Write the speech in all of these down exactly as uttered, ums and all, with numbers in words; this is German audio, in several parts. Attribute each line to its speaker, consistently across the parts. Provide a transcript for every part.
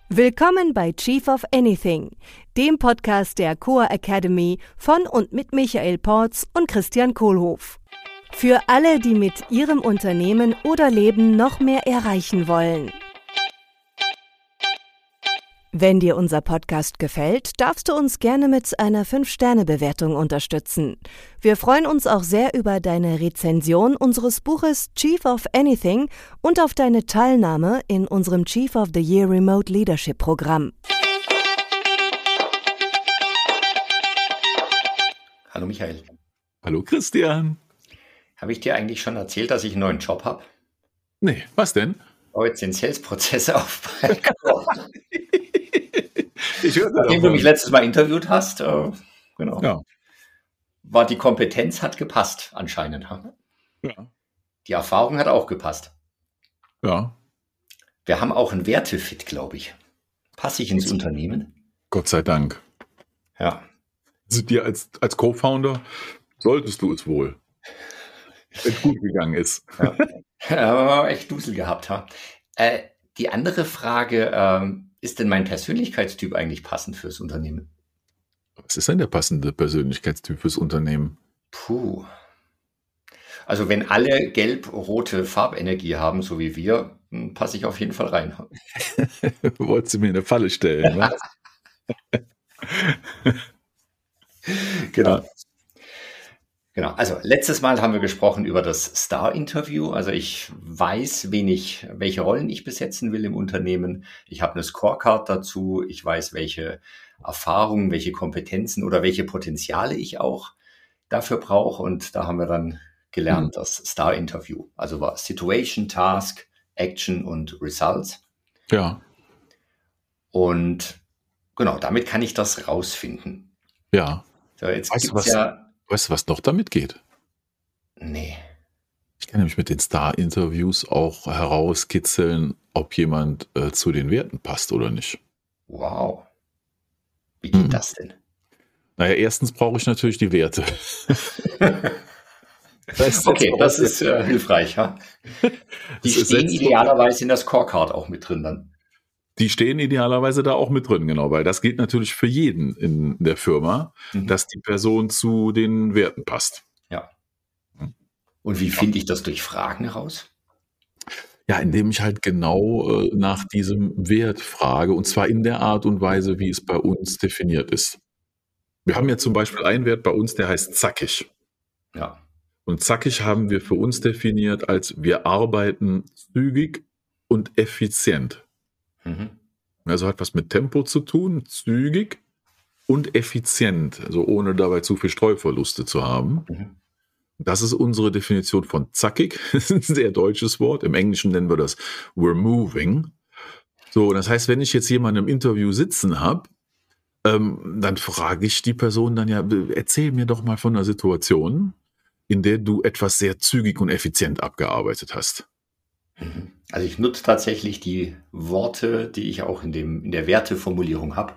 Speaker 1: Willkommen bei Chief of Anything, dem Podcast der C O A Academy von und mit Michael Porz und Christian Kohlhoff. Für alle, die mit ihrem Unternehmen oder Leben noch mehr erreichen wollen. Wenn dir unser Podcast gefällt, darfst du uns gerne mit einer fünf Sterne Bewertung unterstützen. Wir freuen uns auch sehr über deine Rezension unseres Buches Chief of Anything und auf deine Teilnahme in unserem Chief of the Year Remote Leadership Programm.
Speaker 2: Hallo Michael.
Speaker 3: Hallo Christian.
Speaker 2: Habe ich dir eigentlich schon erzählt, dass ich einen neuen Job habe?
Speaker 3: Nee, was denn?
Speaker 2: Ich baue jetzt den Sales-Prozess auf bei C O A.
Speaker 3: Ich höre
Speaker 2: Nachdem du mich letztes Mal interviewt hast, äh, genau,
Speaker 3: Ja.
Speaker 2: war die Kompetenz hat gepasst anscheinend. Ha?
Speaker 3: Ja.
Speaker 2: Die Erfahrung hat auch gepasst.
Speaker 3: Ja.
Speaker 2: Wir haben auch einen Wertefit, glaube ich. Passe ich ins
Speaker 3: Jetzt-
Speaker 2: Unternehmen?
Speaker 3: Gott sei Dank.
Speaker 2: Ja.
Speaker 3: Also dir als, als Co-Founder solltest du es wohl. Wenn es gut gegangen ist.
Speaker 2: Ja. Aber echt Dusel gehabt. Ha? Äh, die andere Frage, ähm, ist denn mein Persönlichkeitstyp eigentlich passend fürs Unternehmen?
Speaker 3: Was ist denn der passende Persönlichkeitstyp fürs Unternehmen?
Speaker 2: Puh. Also wenn alle gelb-rote Farbenergie haben, so wie wir, hm, passe ich auf jeden Fall rein.
Speaker 3: Wolltest du mir eine Falle stellen? Ne?
Speaker 2: Genau. Genau. Also letztes Mal haben wir gesprochen über das Star-Interview. Also ich weiß, wen ich, welche Rollen ich besetzen will im Unternehmen. Ich habe eine Scorecard dazu. Ich weiß, welche Erfahrungen, welche Kompetenzen oder welche Potenziale ich auch dafür brauche. Und da haben wir dann gelernt, das Star-Interview. Also war Situation, Task, Action und Results.
Speaker 3: Ja.
Speaker 2: Und genau, damit kann ich das rausfinden.
Speaker 3: Ja.
Speaker 2: So, jetzt
Speaker 3: Weißt du,
Speaker 2: gibt's
Speaker 3: was-
Speaker 2: ja...
Speaker 3: Weißt du, was noch damit geht?
Speaker 2: Nee.
Speaker 3: Ich kann nämlich mit den Star-Interviews auch herauskitzeln, ob jemand äh, zu den Werten passt oder nicht.
Speaker 2: Wow. Wie geht
Speaker 3: Mhm.
Speaker 2: das denn?
Speaker 3: Naja, erstens brauche ich natürlich die Werte. Das
Speaker 2: Okay, das ist äh, hilfreich. Ja? Die
Speaker 3: Das ist
Speaker 2: stehen
Speaker 3: jetzt-
Speaker 2: idealerweise in der Scorecard auch mit drin dann.
Speaker 3: Die stehen idealerweise da auch mit drin, genau, weil das gilt natürlich für jeden in der Firma,
Speaker 2: Mhm.
Speaker 3: dass die Person zu den Werten passt.
Speaker 2: Ja. Und wie finde ich das durch Fragen heraus?
Speaker 3: Ja, indem ich halt genau äh, nach diesem Wert frage, und zwar in der Art und Weise, wie es bei uns definiert ist. Wir haben ja zum Beispiel einen Wert bei uns, der heißt zackig.
Speaker 2: Ja.
Speaker 3: Und zackig haben wir für uns definiert als wir arbeiten zügig und effizient.
Speaker 2: Mhm.
Speaker 3: Also hat was mit Tempo zu tun, zügig und effizient, also ohne dabei zu viel Streuverluste zu haben.
Speaker 2: Mhm.
Speaker 3: Das ist unsere Definition von zackig. Das ist ein sehr deutsches Wort. Im Englischen nennen wir das we're moving. So, das heißt, wenn ich jetzt jemanden im Interview sitzen habe, ähm, dann frage ich die Person dann ja, erzähl mir doch mal von einer Situation, in der du etwas sehr zügig und effizient abgearbeitet hast.
Speaker 2: Mhm. Also ich nutze tatsächlich die Worte, die ich auch in, dem, in der Werteformulierung habe.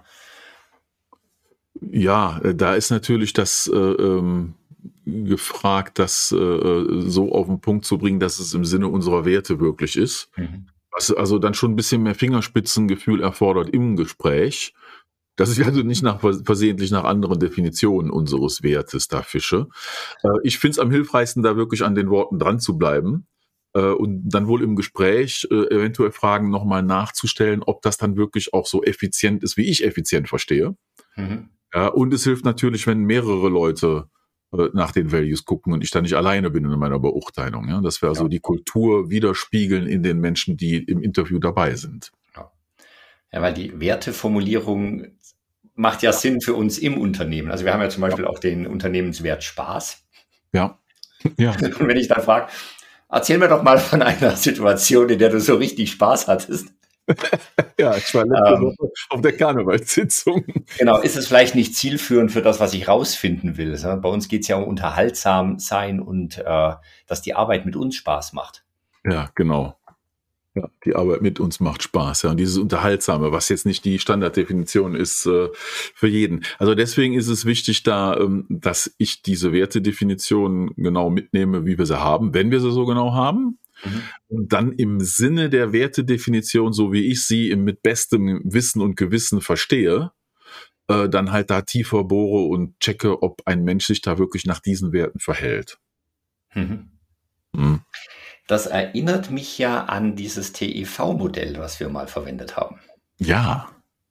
Speaker 3: Ja, äh, da ist natürlich das äh, ähm, gefragt, das äh, so auf den Punkt zu bringen, dass es im Sinne unserer Werte wirklich ist.
Speaker 2: Mhm.
Speaker 3: Was also dann schon ein bisschen mehr Fingerspitzengefühl erfordert im Gespräch, dass ich also nicht nach, versehentlich nach anderen Definitionen unseres Wertes da fische. Äh, ich finde es am hilfreichsten, da wirklich an den Worten dran zu bleiben äh, und dann wohl im Gespräch äh, eventuell Fragen nochmal nachzustellen, ob das dann wirklich auch so effizient ist, wie ich effizient verstehe.
Speaker 2: Mhm.
Speaker 3: Ja, und es hilft natürlich, wenn mehrere Leute äh, nach den Values gucken und ich da nicht alleine bin in meiner Beurteilung. Ja? Dass wir also
Speaker 2: Ja.
Speaker 3: die Kultur widerspiegeln in den Menschen, die im Interview dabei sind.
Speaker 2: Ja, weil die Werteformulierung macht ja Sinn für uns im Unternehmen. Also wir haben ja zum Beispiel auch den Unternehmenswert Spaß.
Speaker 3: Ja, ja.
Speaker 2: Und wenn ich dann frage, erzähl mir doch mal von einer Situation, in der du so richtig Spaß hattest.
Speaker 3: Ja, ich war letzte
Speaker 2: Ähm.
Speaker 3: Woche auf der Karnevalssitzung.
Speaker 2: Genau, ist es vielleicht nicht zielführend für das, was ich rausfinden will. So, bei uns geht es ja um unterhaltsam sein und äh, dass die Arbeit mit uns Spaß macht.
Speaker 3: Ja, genau. Ja, die Arbeit mit uns macht Spaß. Ja, und dieses Unterhaltsame, was jetzt nicht die Standarddefinition ist äh, für jeden. Also deswegen ist es wichtig, da, ähm, dass ich diese Wertedefinition genau mitnehme, wie wir sie haben, wenn wir sie so genau haben.
Speaker 2: Mhm.
Speaker 3: Und dann im Sinne der Wertedefinition, so wie ich sie mit bestem Wissen und Gewissen verstehe, äh, dann halt da tiefer bohre und checke, ob ein Mensch sich da wirklich nach diesen Werten verhält.
Speaker 2: Mhm.
Speaker 3: Hm.
Speaker 2: Das erinnert mich ja an dieses T E V-Modell, was wir mal verwendet haben.
Speaker 3: Ja.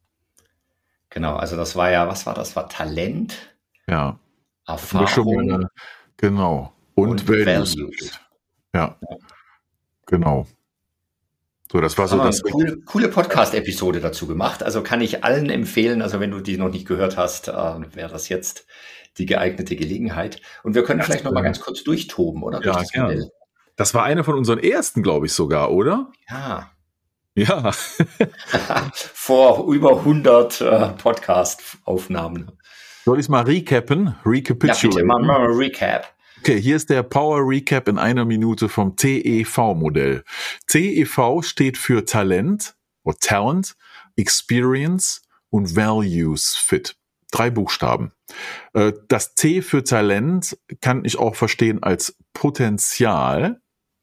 Speaker 2: Genau, also das war ja, was war das? War Talent,
Speaker 3: Ja.
Speaker 2: Erfahrung
Speaker 3: Mal, genau. Und,
Speaker 2: und
Speaker 3: Values.
Speaker 2: Values.
Speaker 3: Ja. ja, genau. So, das war
Speaker 2: Das
Speaker 3: so
Speaker 2: haben wir
Speaker 3: das.
Speaker 2: eine coole, coole Podcast-Episode dazu gemacht. Also kann ich allen empfehlen, also wenn du die noch nicht gehört hast, äh, wäre das jetzt die geeignete Gelegenheit. Und wir können
Speaker 3: Das,
Speaker 2: vielleicht noch mal
Speaker 3: äh,
Speaker 2: ganz kurz durchtoben, oder? Durch
Speaker 3: Ja,
Speaker 2: das
Speaker 3: gerne.
Speaker 2: Modell.
Speaker 3: Das war eine von unseren ersten, glaube ich sogar, oder?
Speaker 2: Ja.
Speaker 3: Ja.
Speaker 2: Vor über hundert äh, Podcast-Aufnahmen.
Speaker 3: Soll ich es mal recappen?
Speaker 2: Ja,
Speaker 3: Recapitulaten?
Speaker 2: bitte, machen wir mal Recap.
Speaker 3: Okay, hier ist der Power Recap in einer Minute vom T E V-Modell. T E V steht für Talent, oder Talent, Experience und Values Fit. Drei Buchstaben. Äh, Das T für Talent kann ich auch verstehen als Potenzial.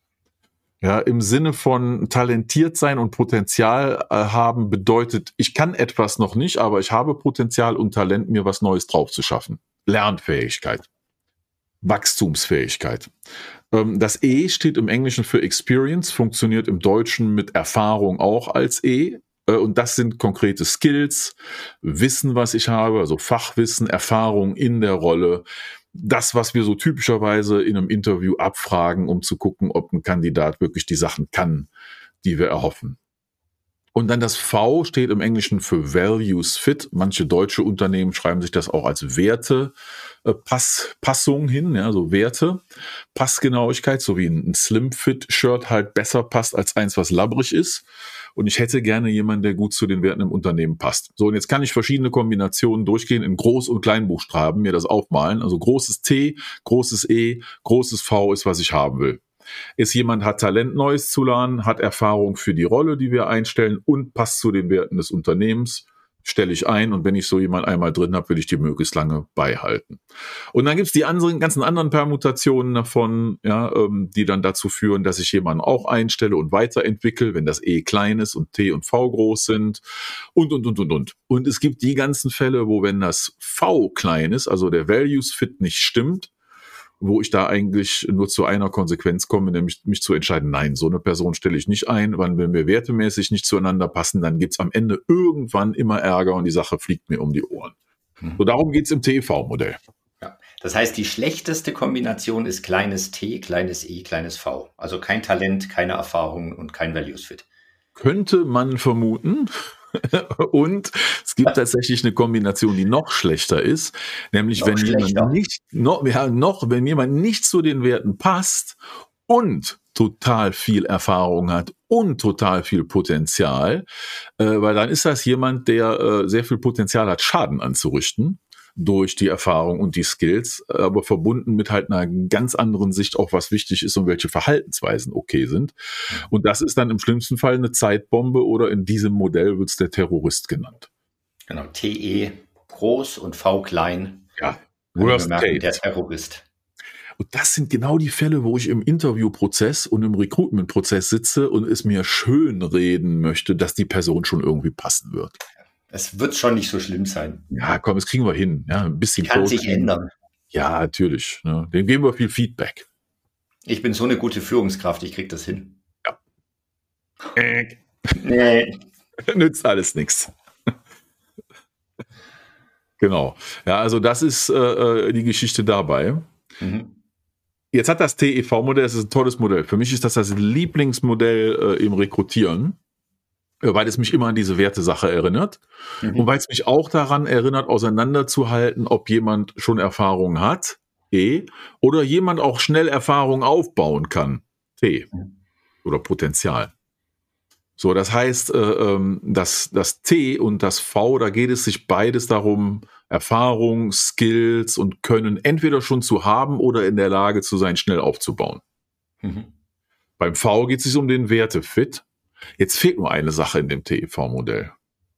Speaker 3: Ja, im Sinne von talentiert sein und Potenzial äh, haben bedeutet, ich kann etwas noch nicht, aber ich habe Potenzial und Talent, mir was Neues drauf zu schaffen. Lernfähigkeit. Wachstumsfähigkeit. Ähm, das E steht im Englischen für Experience, funktioniert im Deutschen mit Erfahrung auch als E. Äh, und das sind konkrete Skills, Wissen, was ich habe, also Fachwissen, Erfahrung in der Rolle. Das, was wir so typischerweise in einem Interview abfragen, um zu gucken, ob ein Kandidat wirklich die Sachen kann, die wir erhoffen. Und dann das V steht im Englischen für Values Fit. Manche deutsche Unternehmen schreiben sich das auch als Werte äh, Pass, Passung hin, ja, so Werte, Passgenauigkeit, so wie ein, ein Slim Fit Shirt halt besser passt als eins, was labbrig ist. Und ich hätte gerne jemanden, der gut zu den Werten im Unternehmen passt. So, und jetzt kann ich verschiedene Kombinationen durchgehen, in Groß- und Kleinbuchstaben mir das aufmalen. Also großes T, großes E, großes V ist, was ich haben will. Ist jemand, hat Talent, Neues zu lernen, hat Erfahrung für die Rolle, die wir einstellen und passt zu den Werten des Unternehmens, stelle ich ein. Und wenn ich so jemand einmal drin habe, will ich die möglichst lange beihalten. Und dann gibt's die anderen, ganzen anderen Permutationen davon, ja, ähm, die dann dazu führen, dass ich jemanden auch einstelle und weiterentwickle, wenn das E klein ist und T und V groß sind und, und, und, und, und. Und es gibt die ganzen Fälle, wo wenn das V klein ist, also der Values Fit nicht stimmt, wo ich da eigentlich nur zu einer Konsequenz komme, nämlich mich zu entscheiden, nein, so eine Person stelle ich nicht ein, weil wenn wir wertemäßig nicht zueinander passen, dann gibt's am Ende irgendwann immer Ärger und die Sache fliegt mir um die Ohren. Hm. So, darum geht's im T E V-Modell.
Speaker 2: Ja. Das heißt, die schlechteste Kombination ist kleines T, kleines E, kleines V. Also kein Talent, keine Erfahrung und kein Values Fit.
Speaker 3: Könnte man vermuten. Und es gibt tatsächlich eine Kombination, die noch schlechter ist, nämlich
Speaker 2: noch
Speaker 3: wenn
Speaker 2: schlechter.
Speaker 3: jemand nicht noch, ja, noch wenn jemand nicht zu den Werten passt und total viel Erfahrung hat und total viel Potenzial, äh, weil dann ist das jemand, der äh, sehr viel Potenzial hat, Schaden anzurichten durch die Erfahrung und die Skills, aber verbunden mit halt einer ganz anderen Sicht auch, was wichtig ist und welche Verhaltensweisen okay sind. Und das ist dann im schlimmsten Fall eine Zeitbombe oder in diesem Modell wird es der Terrorist genannt.
Speaker 2: Genau, T E groß und V klein.
Speaker 3: Ja,
Speaker 2: worst case. Der Terrorist.
Speaker 3: Und das sind genau die Fälle, wo ich im Interviewprozess und im Recruitment-Prozess sitze und es mir schön reden möchte, dass die Person schon irgendwie passen wird.
Speaker 2: Es wird schon nicht so schlimm sein.
Speaker 3: Ja, komm, das kriegen wir hin. Ja, ein bisschen
Speaker 2: kann
Speaker 3: Coaching.
Speaker 2: sich ändern.
Speaker 3: Ja, natürlich. Ne? Dem geben wir viel Feedback.
Speaker 2: Ich bin so eine gute Führungskraft, ich krieg das hin.
Speaker 3: Ja. Äh.
Speaker 2: Nee.
Speaker 3: Nützt alles nichts. Genau. Ja, also das ist äh, die Geschichte dabei.
Speaker 2: Mhm.
Speaker 3: Jetzt hat das T E V-Modell, das ist ein tolles Modell. Für mich ist das das Lieblingsmodell äh, im Rekrutieren, weil es mich immer an diese Wertesache erinnert mhm. und weil es mich auch daran erinnert, auseinanderzuhalten, ob jemand schon Erfahrung hat, E, oder jemand auch schnell Erfahrung aufbauen kann, T, oder Potenzial. So, das heißt, äh, das, das T und das V, da geht es sich beides darum, Erfahrung, Skills und Können entweder schon zu haben oder in der Lage zu sein, schnell aufzubauen. Mhm. Beim V geht es sich um den Wertefit. Jetzt fehlt nur eine Sache in dem T E V-Modell.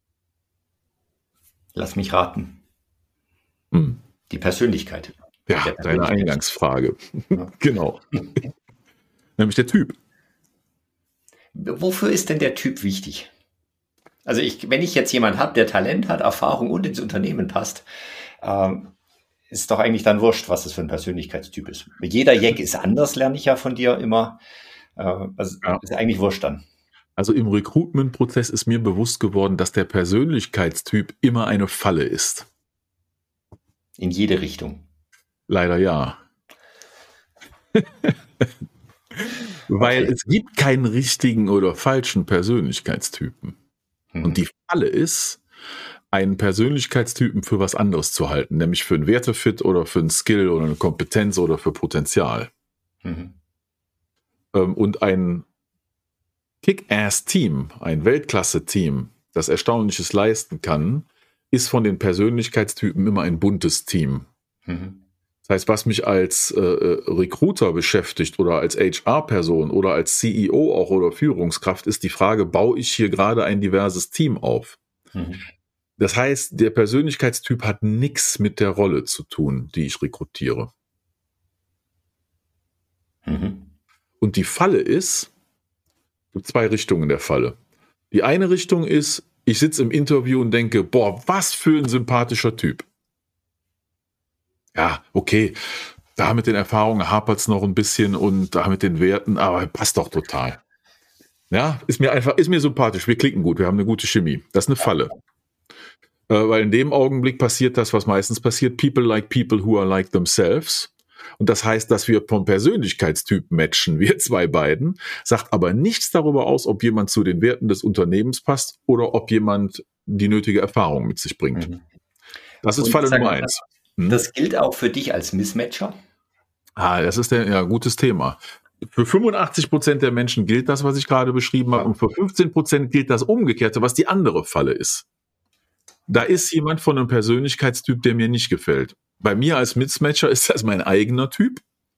Speaker 2: Lass mich raten.
Speaker 3: Hm.
Speaker 2: Die Persönlichkeit.
Speaker 3: Ja, deine Eingangsfrage. Ja. Genau. Nämlich der Typ.
Speaker 2: Wofür ist denn der Typ wichtig? Also ich, wenn ich jetzt jemanden habe, der Talent hat, Erfahrung und ins Unternehmen passt, ähm, ist doch eigentlich dann wurscht, was das für ein Persönlichkeitstyp ist. Jeder Jack ist anders, lerne ich ja von dir immer. Äh, also ja. Ist eigentlich wurscht dann.
Speaker 3: Also im Recruitment-Prozess ist mir bewusst geworden, dass der Persönlichkeitstyp immer eine Falle ist.
Speaker 2: In jede Richtung.
Speaker 3: Leider ja. Weil okay. Es gibt keinen richtigen oder falschen Persönlichkeitstypen. Hm. Und die Falle ist, einen Persönlichkeitstypen für was anderes zu halten, nämlich für einen Wertefit oder für einen Skill oder eine Kompetenz oder für Potenzial. Mhm. Und ein Kick-Ass-Team, ein Weltklasse-Team, das Erstaunliches leisten kann, ist von den Persönlichkeitstypen immer ein buntes Team. Mhm. Das heißt, was mich als äh, Recruiter beschäftigt oder als H R-Person oder als C E O auch oder Führungskraft, ist die Frage, baue ich hier gerade ein diverses Team auf? Mhm. Das heißt, der Persönlichkeitstyp hat nichts mit der Rolle zu tun, die ich rekrutiere. Mhm. Und die Falle ist, es gibt zwei Richtungen der Falle. Die eine Richtung ist, ich sitze im Interview und denke, boah, was für ein sympathischer Typ. Ja, okay, da mit den Erfahrungen hapert es noch ein bisschen und da mit den Werten, aber passt doch total. Ja, ist mir einfach, ist mir sympathisch, wir klicken gut, wir haben eine gute Chemie. Das ist eine Falle. Äh, weil in dem Augenblick passiert das, was meistens passiert, people like people who are like themselves. Und das heißt, dass wir vom Persönlichkeitstyp matchen, wir zwei beiden, sagt aber nichts darüber aus, ob jemand zu den Werten des Unternehmens passt oder ob jemand die nötige Erfahrung mit sich bringt. Mhm. Das ist und Falle Nummer eins.
Speaker 2: Hm? Das gilt auch für dich als Mismatcher?
Speaker 3: Ah, das ist ein ja, gutes Thema. Für fünfundachtzig Prozent der Menschen gilt das, was ich gerade beschrieben habe, und für fünfzehn Prozent gilt das Umgekehrte, was die andere Falle ist. Da ist jemand von einem Persönlichkeitstyp, der mir nicht gefällt. Bei mir als Mismatcher ist das mein eigener Typ.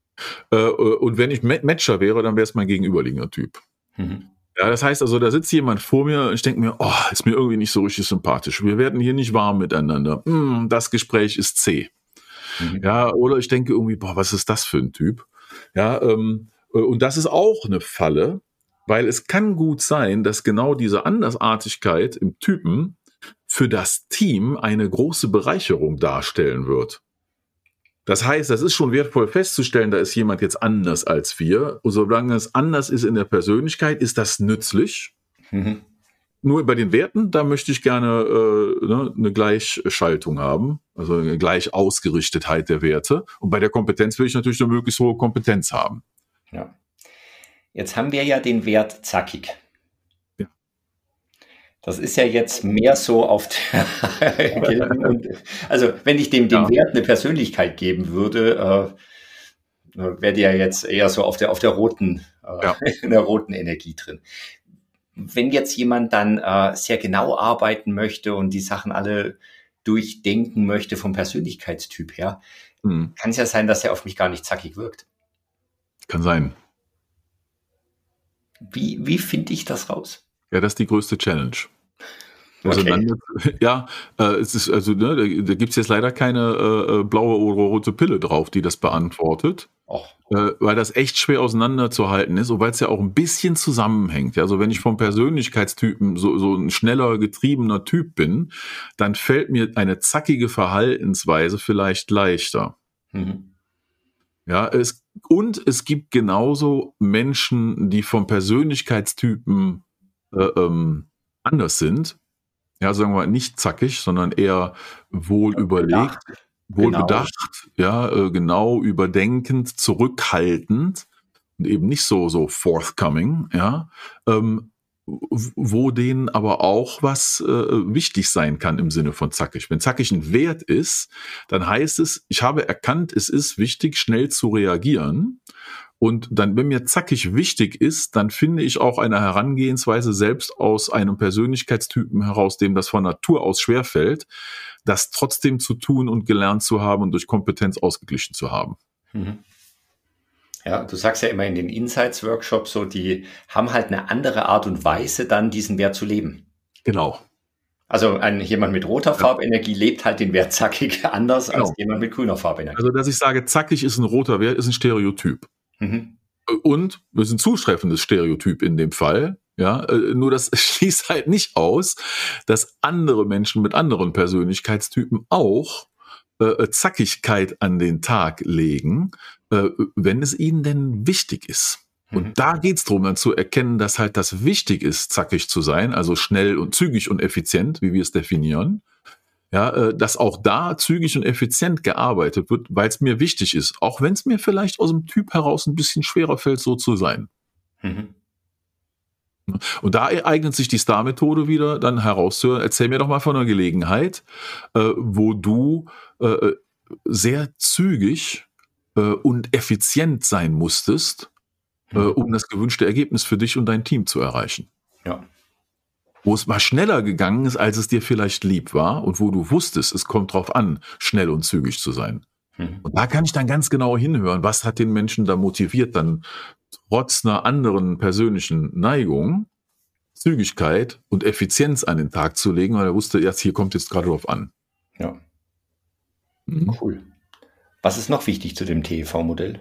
Speaker 3: Und wenn ich Matcher wäre, dann wäre es mein gegenüberliegender Typ. Mhm. Ja, das heißt also, da sitzt jemand vor mir und ich denke mir, oh, ist mir irgendwie nicht so richtig sympathisch. Wir werden hier nicht warm miteinander. Hm, das Gespräch ist zäh. Mhm. Ja, oder ich denke irgendwie, boah, was ist das für ein Typ? Ja, ähm, und das ist auch eine Falle, weil es kann gut sein, dass genau diese Andersartigkeit im Typen für das Team eine große Bereicherung darstellen wird. Das heißt, das ist schon wertvoll festzustellen, da ist jemand jetzt anders als wir. Und solange es anders ist in der Persönlichkeit, ist das nützlich. Mhm. Nur bei den Werten, da möchte ich gerne äh, ne, eine Gleichschaltung haben, also eine Gleichausgerichtetheit der Werte. Und bei der Kompetenz will ich natürlich eine möglichst hohe Kompetenz haben.
Speaker 2: Ja. Jetzt haben wir ja den Wert zackig. Ja. Das ist ja jetzt mehr so auf der also wenn ich dem den ja. Wert eine Persönlichkeit geben würde, äh, wäre die ja jetzt eher so auf der auf der roten äh, ja. in der roten Energie drin. Wenn jetzt jemand dann äh, sehr genau arbeiten möchte und die Sachen alle durchdenken möchte vom Persönlichkeitstyp her, hm. kann es ja sein, dass er auf mich gar nicht zackig wirkt.
Speaker 3: Kann sein.
Speaker 2: Wie, wie finde ich das raus?
Speaker 3: Ja, das ist die größte Challenge. Also okay. dann, ja, äh, es ist also ne, da, da gibt es jetzt leider keine äh, blaue oder rote Pille drauf, die das beantwortet, äh, weil das echt schwer auseinanderzuhalten ist und weil es ja auch ein bisschen zusammenhängt. Also wenn ich vom Persönlichkeitstypen so, so ein schneller, getriebener Typ bin, dann fällt mir eine zackige Verhaltensweise vielleicht leichter. Mhm. Ja, es, und es gibt genauso Menschen, die vom Persönlichkeitstypen äh, ähm, anders sind. Ja, sagen wir nicht zackig, sondern eher wohl überlegt, wohl genau. bedacht, ja, äh, genau überdenkend, zurückhaltend und eben nicht so, so forthcoming, ja, ähm, wo denen aber auch was äh, wichtig sein kann im Sinne von zackig. Wenn zackig ein Wert ist, dann heißt es, ich habe erkannt, es ist wichtig, schnell zu reagieren. Und dann, wenn mir zackig wichtig ist, dann finde ich auch eine Herangehensweise selbst aus einem Persönlichkeitstypen heraus, dem das von Natur aus schwerfällt, das trotzdem zu tun und gelernt zu haben und durch Kompetenz ausgeglichen zu haben.
Speaker 2: Mhm. Ja, du sagst ja immer in den Insights-Workshops so, die haben halt eine andere Art und Weise, dann diesen Wert zu leben.
Speaker 3: Genau.
Speaker 2: Also ein, jemand mit roter ja. Farbenergie lebt halt den Wert zackig anders genau. als jemand mit grüner Farbenergie.
Speaker 3: Also, dass ich sage, zackig ist ein roter Wert, ist ein Stereotyp. Mhm. Und das ist ein zutreffendes Stereotyp in dem Fall, Ja, äh, nur das schließt halt nicht aus, dass andere Menschen mit anderen Persönlichkeitstypen auch äh, Zackigkeit an den Tag legen, äh, wenn es ihnen denn wichtig ist.
Speaker 2: Mhm.
Speaker 3: Und da geht's drum, dann zu erkennen, dass halt das wichtig ist, zackig zu sein, also schnell und zügig und effizient, wie wir es definieren. Ja, äh, dass auch da zügig und effizient gearbeitet wird, weil es mir wichtig ist, auch wenn es mir vielleicht aus dem Typ heraus ein bisschen schwerer fällt, so zu sein.
Speaker 2: Mhm.
Speaker 3: Und da eignet sich die Star-Methode wieder, dann herauszuhören, erzähl mir doch mal von einer Gelegenheit, äh, wo du äh, sehr zügig äh, und effizient sein musstest, äh,
Speaker 2: Mhm.
Speaker 3: um das gewünschte Ergebnis für dich und dein Team zu erreichen.
Speaker 2: Ja.
Speaker 3: Wo es mal schneller gegangen ist, als es dir vielleicht lieb war und wo du wusstest, es kommt drauf an, schnell und zügig zu sein.
Speaker 2: Mhm.
Speaker 3: Und da kann ich dann ganz genau hinhören, was hat den Menschen da motiviert, dann trotz einer anderen persönlichen Neigung Zügigkeit und Effizienz an den Tag zu legen, weil er wusste, jetzt hier kommt jetzt gerade drauf an.
Speaker 2: Ja.
Speaker 3: Mhm.
Speaker 2: Cool. Was ist noch wichtig zu dem T E V-Modell?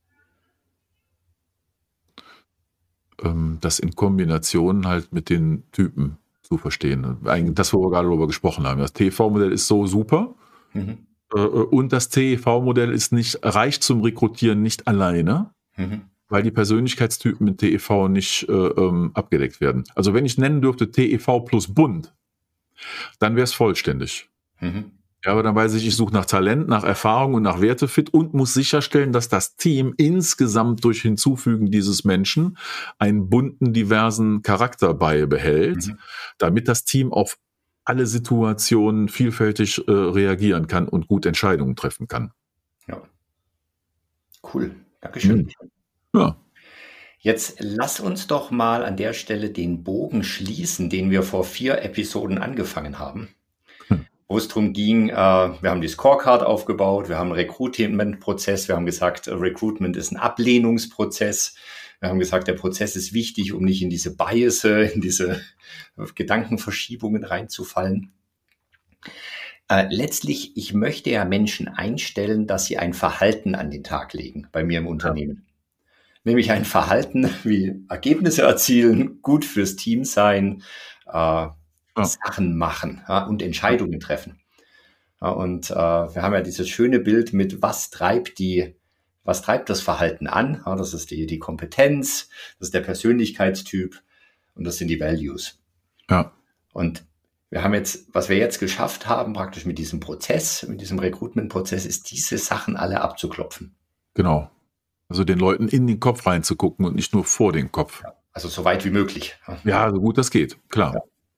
Speaker 3: Ähm, das in Kombination halt mit den Typen zu verstehen. Eigentlich das, wo wir gerade darüber gesprochen haben. Das T E V-Modell ist so super.
Speaker 2: Mhm.
Speaker 3: Äh, und das T E V-Modell ist nicht, reicht zum Rekrutieren nicht alleine,
Speaker 2: Mhm.
Speaker 3: weil die Persönlichkeitstypen mit T E V nicht äh, ähm, abgedeckt werden. Also wenn ich nennen dürfte T E V plus bunt, dann wäre es vollständig.
Speaker 2: Mhm.
Speaker 3: Ja, aber dann weiß ich, ich suche nach Talent, nach Erfahrung und nach Wertefit und muss sicherstellen, dass das Team insgesamt durch Hinzufügen dieses Menschen einen bunten, diversen Charakter beibehält,
Speaker 2: Mhm.
Speaker 3: damit das Team auf alle Situationen vielfältig äh, reagieren kann und gut Entscheidungen treffen kann.
Speaker 2: Ja. Cool. Dankeschön.
Speaker 3: Mhm. Ja.
Speaker 2: Jetzt lass uns doch mal an der Stelle den Bogen schließen, den wir vor vier Episoden angefangen haben.
Speaker 3: Hm.
Speaker 2: Wo es darum ging, äh, wir haben die Scorecard aufgebaut, wir haben einen Recruitment-Prozess, wir haben gesagt, äh, Recruitment ist ein Ablehnungsprozess. Wir haben gesagt, der Prozess ist wichtig, um nicht in diese Bias, in diese Gedankenverschiebungen reinzufallen. Äh, letztlich, ich möchte ja Menschen einstellen, dass sie ein Verhalten an den Tag legen bei mir im Unternehmen. Ja. Nämlich ein Verhalten wie Ergebnisse erzielen, gut fürs Team sein, äh, Ja. Sachen machen, ja, und Entscheidungen treffen. Ja, und äh, wir haben ja dieses schöne Bild mit, was treibt die, was treibt das Verhalten an? Ja, das ist die, die Kompetenz, das ist der Persönlichkeitstyp und das sind die Values.
Speaker 3: Ja.
Speaker 2: Und wir haben jetzt, was wir jetzt geschafft haben, praktisch mit diesem Prozess, mit diesem Recruitment-Prozess, ist diese Sachen alle abzuklopfen.
Speaker 3: Genau. Also den Leuten in den Kopf reinzugucken und nicht nur vor den Kopf.
Speaker 2: Ja, also so weit wie möglich.
Speaker 3: Ja, so gut das geht, klar. Ja.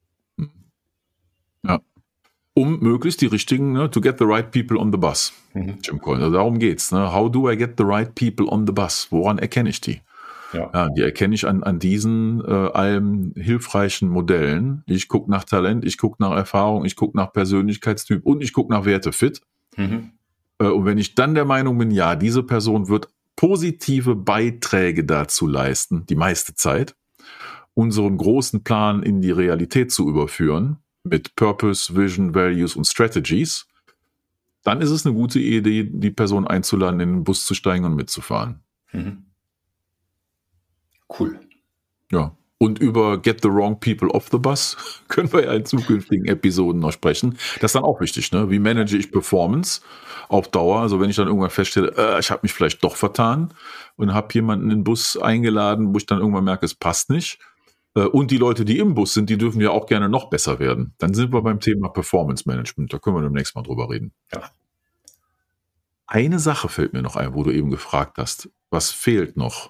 Speaker 3: Ja. Um möglichst die richtigen, ne, to get the right people on the bus. Mhm. Jim Collins, also darum geht's. Ne? How do I get the right people on the bus? Woran erkenne ich die? Ja. Ja, die erkenne ich an, an diesen äh, allen hilfreichen Modellen. Ich gucke nach Talent, ich gucke nach Erfahrung, ich gucke nach Persönlichkeitstyp und ich gucke nach Wertefit. Mhm. Äh, und wenn ich dann der Meinung bin, ja, diese Person wird positive Beiträge dazu leisten, die meiste Zeit, unseren großen Plan in die Realität zu überführen, mit Purpose, Vision, Values und Strategies, dann ist es eine gute Idee, die Person einzuladen, in den Bus zu steigen und mitzufahren.
Speaker 2: Mhm. Cool.
Speaker 3: Ja. Und über Get the Wrong People off the Bus können wir ja in zukünftigen Episoden noch sprechen. Das ist dann auch wichtig, ne? Wie manage ich Performance auf Dauer? Also wenn ich dann irgendwann feststelle, äh, ich habe mich vielleicht doch vertan und habe jemanden in den Bus eingeladen, wo ich dann irgendwann merke, es passt nicht. Und die Leute, die im Bus sind, die dürfen ja auch gerne noch besser werden. Dann sind wir beim Thema Performance Management. Da können wir demnächst mal drüber reden.
Speaker 2: Ja.
Speaker 3: Eine Sache fällt mir noch ein, wo du eben gefragt hast. Was fehlt noch?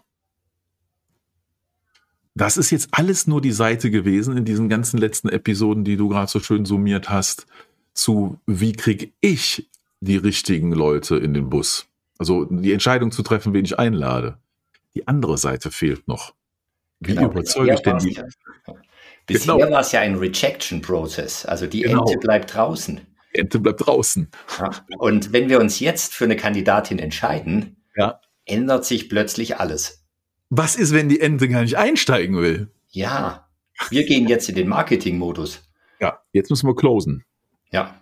Speaker 3: Das ist jetzt alles nur die Seite gewesen in diesen ganzen letzten Episoden, die du gerade so schön summiert hast, zu wie kriege ich die richtigen Leute in den Bus? Also die Entscheidung zu treffen, wen ich einlade. Die andere Seite fehlt noch. Wie
Speaker 2: genau,
Speaker 3: überzeuge ich denn die?
Speaker 2: Ja, bisher genau. war es ja ein Rejection-Prozess. Also die genau. Ente bleibt draußen.
Speaker 3: Die Ente bleibt draußen.
Speaker 2: Ja. Und wenn wir uns jetzt für eine Kandidatin entscheiden,
Speaker 3: ja.
Speaker 2: ändert sich plötzlich alles.
Speaker 3: Was ist, wenn die Ente gar nicht einsteigen will?
Speaker 2: Ja, wir gehen jetzt in den Marketing-Modus.
Speaker 3: Ja, jetzt müssen wir closen.
Speaker 2: Ja.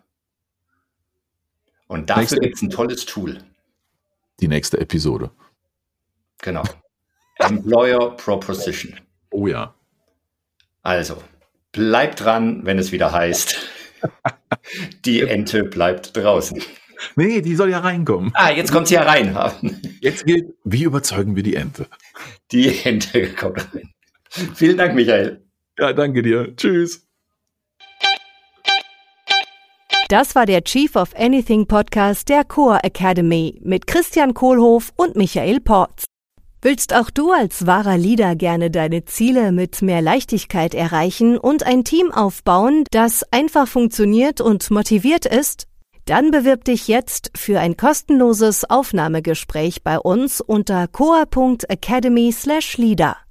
Speaker 2: Und dafür gibt es ein tolles Tool.
Speaker 3: Die nächste Episode.
Speaker 2: Genau. Employer Proposition.
Speaker 3: Oh ja.
Speaker 2: Also, bleibt dran, wenn es wieder heißt, die Ente bleibt draußen.
Speaker 3: Nee, die soll ja reinkommen.
Speaker 2: Ah, jetzt kommt sie ja rein.
Speaker 3: Jetzt gilt, wie überzeugen wir die Ente?
Speaker 2: Die Ente kommt rein. Vielen Dank, Michael.
Speaker 3: Ja, danke dir. Tschüss.
Speaker 1: Das war der Chief of Anything Podcast der Core Academy mit Christian Kohlhoff und Michael Porz. Willst auch du als wahrer Leader gerne deine Ziele mit mehr Leichtigkeit erreichen und ein Team aufbauen, das einfach funktioniert und motiviert ist? Dann bewirb dich jetzt für ein kostenloses Aufnahmegespräch bei uns unter core punkt academy slash leader.